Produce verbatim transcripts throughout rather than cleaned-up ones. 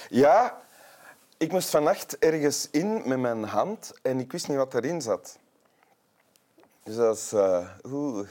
Ja, ik moest vannacht ergens in met mijn hand en ik wist niet wat erin zat. Dus dat is... Uh, oeh.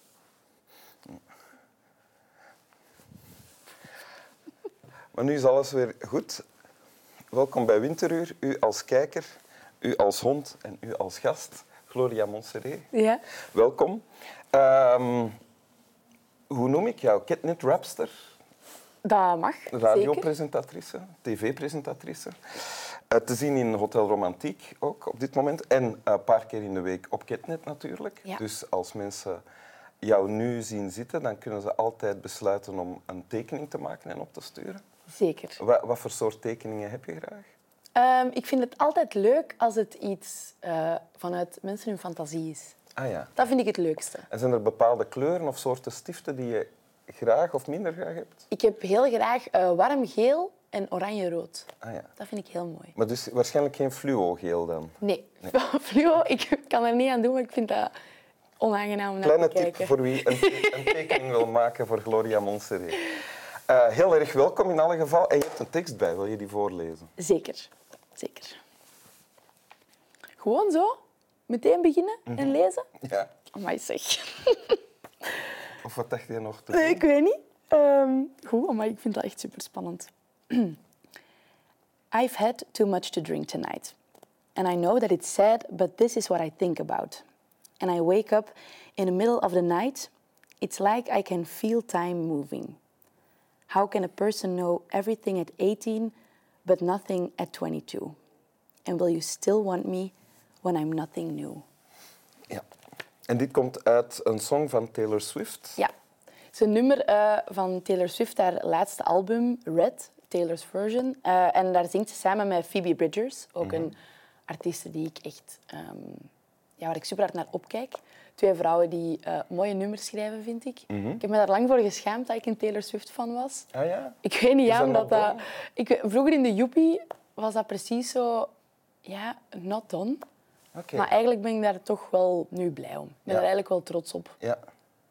Maar nu is alles weer goed. Welkom bij Winteruur. U als kijker, u als hond en u als gast. Gloria Montserrat. Ja. Welkom. Um, hoe noem ik jou? Catnet-rapster? Dat mag, radiopresentatrice, tv-presentatrice. Uh, te zien in Hotel Romantiek ook op dit moment. En een uh, paar keer in de week op Catnet natuurlijk. Ja. Dus als mensen jou nu zien zitten, dan kunnen ze altijd besluiten om een tekening te maken en op te sturen. Zeker. Wat, wat voor soort tekeningen heb je graag? Um, ik vind het altijd leuk als het iets uh, vanuit mensen hun fantasie is. Ah, ja. Dat vind ik het leukste. En zijn er bepaalde kleuren of soorten stiften die je graag of minder graag hebt? Ik heb heel graag uh, warm geel en oranje-rood. Ah, ja. Dat vind ik heel mooi. Maar dus waarschijnlijk geen fluo-geel dan? Nee. nee. Fluo, ik kan er niet aan doen, maar ik vind dat onaangenaam om naar Kleine te kijken. tip voor wie een, te- een tekening wil maken voor Gloria Montserrat. Uh, heel erg welkom in alle geval. En je hebt een tekst bij. Wil je die voorlezen? Zeker. Zeker. Gewoon zo? Meteen beginnen en mm-hmm. lezen? Ja. Amai zeg. Of wat dacht je nog te doen? Nee, ik weet niet. Um, goed, maar ik vind dat echt super spannend. I've had too much to drink tonight. And I know that it's sad, but this is what I think about. And I wake up in the middle of the night. It's like I can feel time moving. How can a person know everything at eighteen, but nothing at twenty-two? And will you still want me when I'm nothing new? Ja. En dit komt uit een song van Taylor Swift? Ja. Het is een nummer uh, van Taylor Swift, haar laatste album, Red, Taylor's Version. Uh, en daar zingt ze samen met Phoebe Bridgers, ook mm-hmm. een artieste die ik echt, um, ja, waar ik super hard naar opkijk. Twee vrouwen die uh, mooie nummers schrijven, vind ik. Mm-hmm. Ik heb me daar lang voor geschaamd dat ik een Taylor Swift-fan was. Ah ja? Ik weet niet, ja, dat omdat dat... Ik, vroeger in de Joepie was dat precies zo... Ja, not done. Okay. Maar eigenlijk ben ik daar toch wel nu blij om. Ik ben ja. er eigenlijk wel trots op. Ja.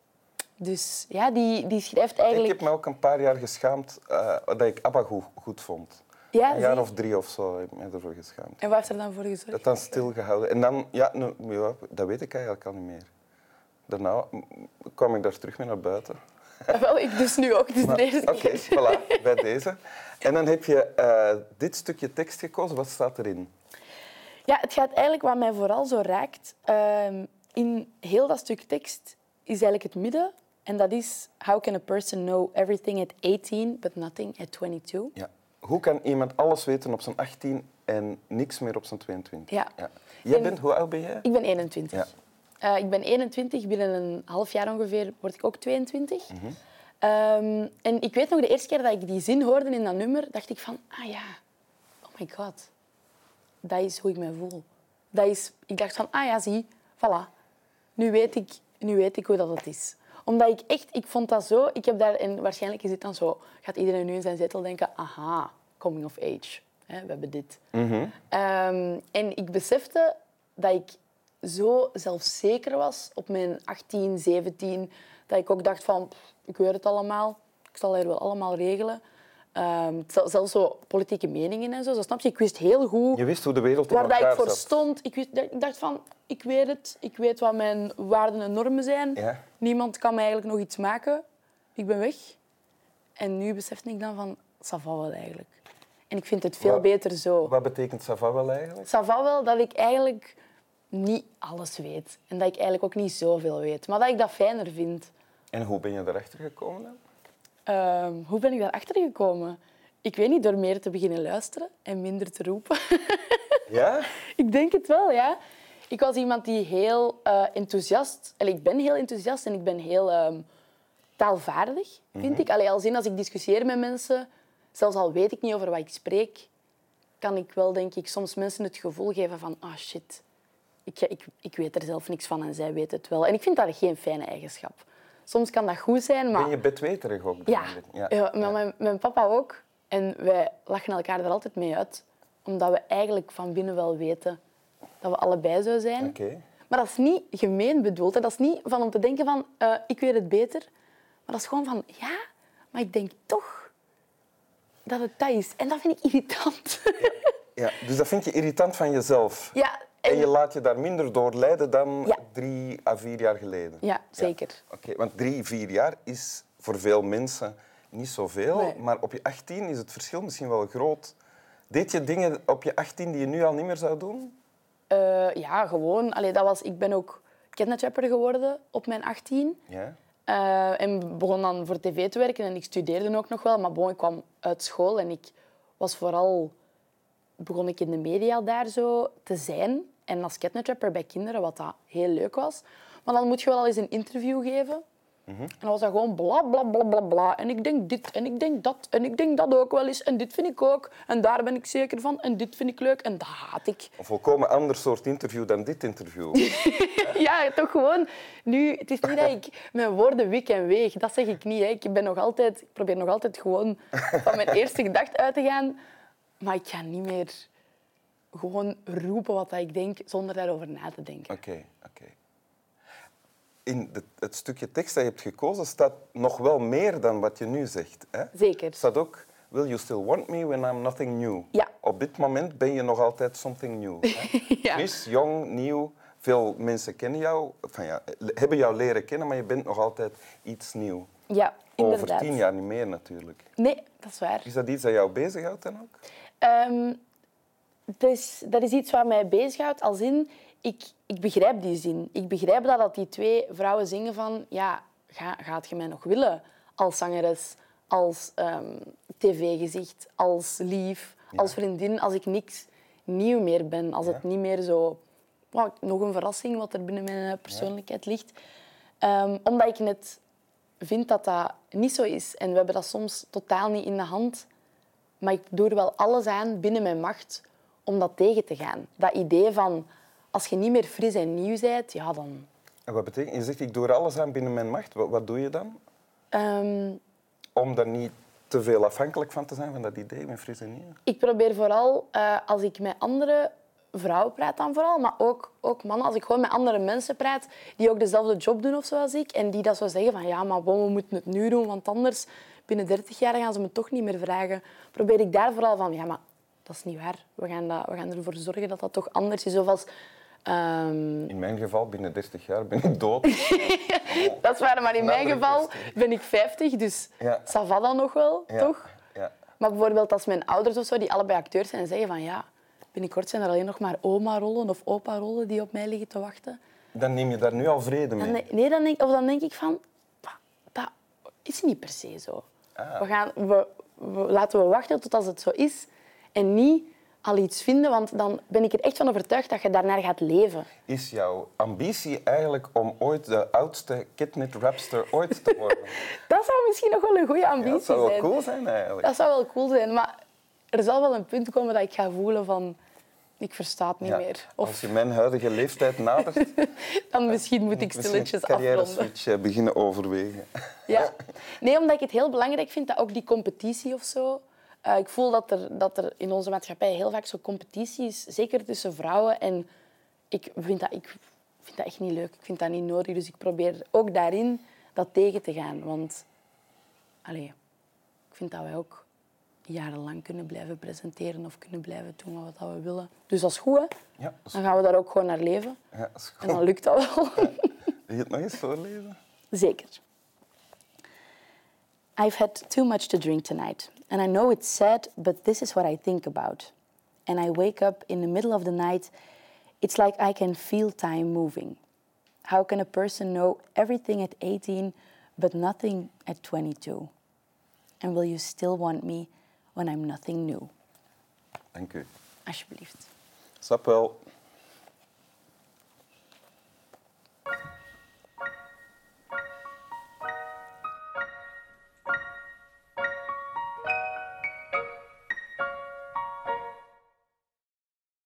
Dus ja, die, die schrijft eigenlijk... Ik heb me ook een paar jaar geschaamd uh, dat ik ABBA goed, goed vond. Ja, een jaar of drie of zo heb ik me ervoor geschaamd. En wat heeft er dan voor gezorgd? Dat dan stilgehouden. En dan, ja, nou, ja, dat weet ik eigenlijk al niet meer. Daarna kwam ik daar terug mee naar buiten. Ja, wel, ik dus nu ook, dus maar, deze Oké, okay, voilà, bij deze. En dan heb je uh, dit stukje tekst gekozen. Wat staat erin? Ja, het gaat eigenlijk wat mij vooral zo raakt. Uh, in heel dat stuk tekst is eigenlijk het midden. En dat is... How can a person know everything at eighteen, but nothing at twenty-two? Ja. Hoe kan iemand alles weten op zijn achttien en niks meer op zijn tweeëntwintig? Ja. ja. Jij bent, hoe oud ben jij? Ik ben eenentwintig. Ja. Uh, ik ben eenentwintig. Binnen een half jaar ongeveer word ik ook tweeëntwintig. Mm-hmm. Um, en ik weet nog, de eerste keer dat ik die zin hoorde in dat nummer, dacht ik van... Ah ja, oh my god. Dat is hoe ik me voel. Dat is, ik dacht van, ah ja, zie, voilà. Nu weet ik, nu weet ik hoe dat het is. Omdat ik echt, ik vond dat zo... Ik heb daar, en waarschijnlijk is het dan zo... Gaat iedereen nu in zijn zetel denken... Aha, coming of age. He, we hebben dit. Mm-hmm. Um, en ik besefte dat ik zo zelfzeker was op mijn achttien, zeventien... Dat ik ook dacht van... Pff, ik weet het allemaal. Ik zal er wel allemaal regelen. Um, zelfs zo politieke meningen en zo, zo. Snap je? Ik wist heel goed... Je wist hoe de wereld in waar elkaar dat ik voor zat. stond. Ik, wist, ik dacht van... Ik weet het. Ik weet wat mijn waarden en normen zijn. Ja. Niemand kan mij eigenlijk nog iets maken. Ik ben weg. En nu besefte ik dan van... Ça va wel eigenlijk. En ik vind het veel wat, beter zo. Wat betekent ça va wel eigenlijk? Ça va wel dat ik eigenlijk niet alles weet. En dat ik eigenlijk ook niet zoveel weet. Maar dat ik dat fijner vind. En hoe ben je erachter gekomen dan? Um, hoe ben ik daarachter gekomen? Ik weet niet, door meer te beginnen luisteren en minder te roepen. Ja? Ik denk het wel, ja. Ik was iemand die heel uh, enthousiast... Allee, ik ben heel enthousiast en ik ben heel um, taalvaardig, vind mm-hmm. ik. Allee, als in, als ik discussieer met mensen, zelfs al weet ik niet over wat ik spreek, kan ik wel, denk ik, soms mensen het gevoel geven van... Ah, oh, shit, ik, ik, ik weet er zelf niks van en zij weten het wel. En ik vind dat geen fijne eigenschap. Soms kan dat goed zijn, maar... Ben je bedweterig ook? Ja, ja. ja, maar mijn, mijn papa ook. En wij lachen elkaar er altijd mee uit. Omdat we eigenlijk van binnen wel weten dat we allebei zo zijn. Okay. Maar dat is niet gemeen bedoeld. Hè. Dat is niet van om te denken van, uh, ik weet het beter. Maar dat is gewoon van, ja, maar ik denk toch... dat het dat is. En dat vind ik irritant. Ja, dus dat vind je irritant van jezelf. Ja, En, en... je laat je daar minder door leiden dan Ja. drie à vier jaar geleden. Ja, zeker. Ja. Oké, want drie, vier jaar is voor veel mensen niet zoveel. Nee. Maar op je achttien is het verschil misschien wel groot. Deed je dingen op je achttien die je nu al niet meer zou doen? Uh, ja, gewoon. Allee, dat was, ik ben ook kidnatrapper geworden op mijn achttien. Ja. Uh, en begon dan voor tv te werken en ik studeerde ook nog wel. Maar bon, ik kwam uit school en ik was vooral... begon ik in de media daar zo te zijn. En als kidnatrapper bij kinderen, wat dat heel leuk was. Maar dan moet je wel eens een interview geven. Mm-hmm. En dan was dat gewoon bla, bla, bla, bla, bla. En ik denk dit en ik denk dat en ik denk dat ook wel eens. En dit vind ik ook. En daar ben ik zeker van. En dit vind ik leuk. En dat haat ik. Een volkomen ander soort interview dan dit interview. Ja, toch gewoon. Nu, het is niet dat ik mijn woorden wik en weeg. Dat zeg ik niet. Hè. Ik, ben nog altijd, ik probeer nog altijd gewoon van mijn eerste gedachte uit te gaan. Maar ik ga niet meer gewoon roepen wat ik denk zonder daarover na te denken. Oké, okay, oké. Okay. In de, het stukje tekst dat je hebt gekozen staat nog wel meer dan wat je nu zegt. Hè? Zeker. Er staat ook, will you still want me when I'm nothing new? Ja. Op dit moment ben je nog altijd something new. Hè? Ja. Fris, jong, nieuw. Veel mensen kennen jou, enfin ja, hebben jou leren kennen, maar je bent nog altijd iets nieuw. Ja, inderdaad. Over tien jaar niet meer natuurlijk. Nee, dat is waar. Is dat iets dat jou bezighoudt dan ook? Um, dus, dat is iets wat mij bezighoudt als in... Ik, ik begrijp die zin. Ik begrijp dat, dat die twee vrouwen zingen van... Ja, ga, gaat je mij nog willen als zangeres, als um, tv-gezicht, als lief, ja. als vriendin, als ik niks nieuw meer ben. Als ja. het niet meer zo... Oh, nog een verrassing wat er binnen mijn persoonlijkheid ja. ligt. Um, omdat ik net vind dat dat niet zo is. En we hebben dat soms totaal niet in de hand. Maar ik doe er wel alles aan binnen mijn macht om dat tegen te gaan. Dat idee van... Als je niet meer fris en nieuw bent, ja, dan... En wat betekent? Je zegt, ik doe er alles aan binnen mijn macht. Wat, wat doe je dan? Um, Om daar niet te veel afhankelijk van te zijn, van dat idee met fris en nieuw? Ik probeer vooral, uh, als ik met andere vrouwen praat dan vooral, maar ook, ook mannen, als ik gewoon met andere mensen praat die ook dezelfde job doen of zoals ik, en die dat zo zeggen van ja, maar bon, we moeten het nu doen, want anders binnen dertig jaar gaan ze me toch niet meer vragen. Probeer ik daar vooral van, ja, maar dat is niet waar. We gaan, dat, we gaan ervoor zorgen dat dat toch anders is. Of als, um... In mijn geval, binnen dertig jaar ben ik dood. Dat is waar, maar in mijn geval ben ik vijftig, dus ja. ça va dan nog wel, ja. toch? Ja. Maar bijvoorbeeld als mijn ouders of zo, die allebei acteurs zijn, en zeggen van ja, binnenkort zijn er alleen nog maar oma-rollen of opa-rollen die op mij liggen te wachten. Dan neem je daar nu al vrede mee? Dan, nee, dan denk, of dan denk ik van, dat is niet per se zo. Ah. We gaan, we, we, laten we wachten tot als het zo is en niet al iets vinden, want dan ben ik er echt van overtuigd dat je daarnaar gaat leven. Is jouw ambitie eigenlijk om ooit de oudste kidnap-rapster ooit te worden? Dat zou misschien nog wel een goede ambitie zijn. Ja, dat zou wel zijn. cool zijn eigenlijk. Dat zou wel cool zijn, maar er zal wel een punt komen dat ik ga voelen van... Ik versta het niet ja, meer. Of... Als je mijn huidige leeftijd nadert... dan misschien moet ik stilletjes afronden. Carrière-switch beginnen overwegen. Ja. Nee, omdat ik het heel belangrijk vind dat ook die competitie of zo... Uh, ik voel dat er, dat er in onze maatschappij heel vaak zo'n competitie is, zeker tussen vrouwen. En ik vind, dat, ik vind dat echt niet leuk. Ik vind dat niet nodig. Dus ik probeer ook daarin dat tegen te gaan. Want allez, ik vind dat wij ook jarenlang kunnen blijven presenteren of kunnen blijven doen wat we willen. Dus dat is goed, hè? Ja, dat is dan gaan we daar ook gewoon naar leven. Ja, dat is goed. En dan lukt dat wel. Ja. Wil je het nog eens voorlezen? Zeker. I've had too much to drink tonight. And I know it's sad, but this is what I think about. And I wake up in the middle of the night. It's like I can feel time moving. How can a person know everything at eighteen, but nothing at twenty-two? And will you still want me when I'm nothing new? Dank u. Alsjeblieft. Snap wel.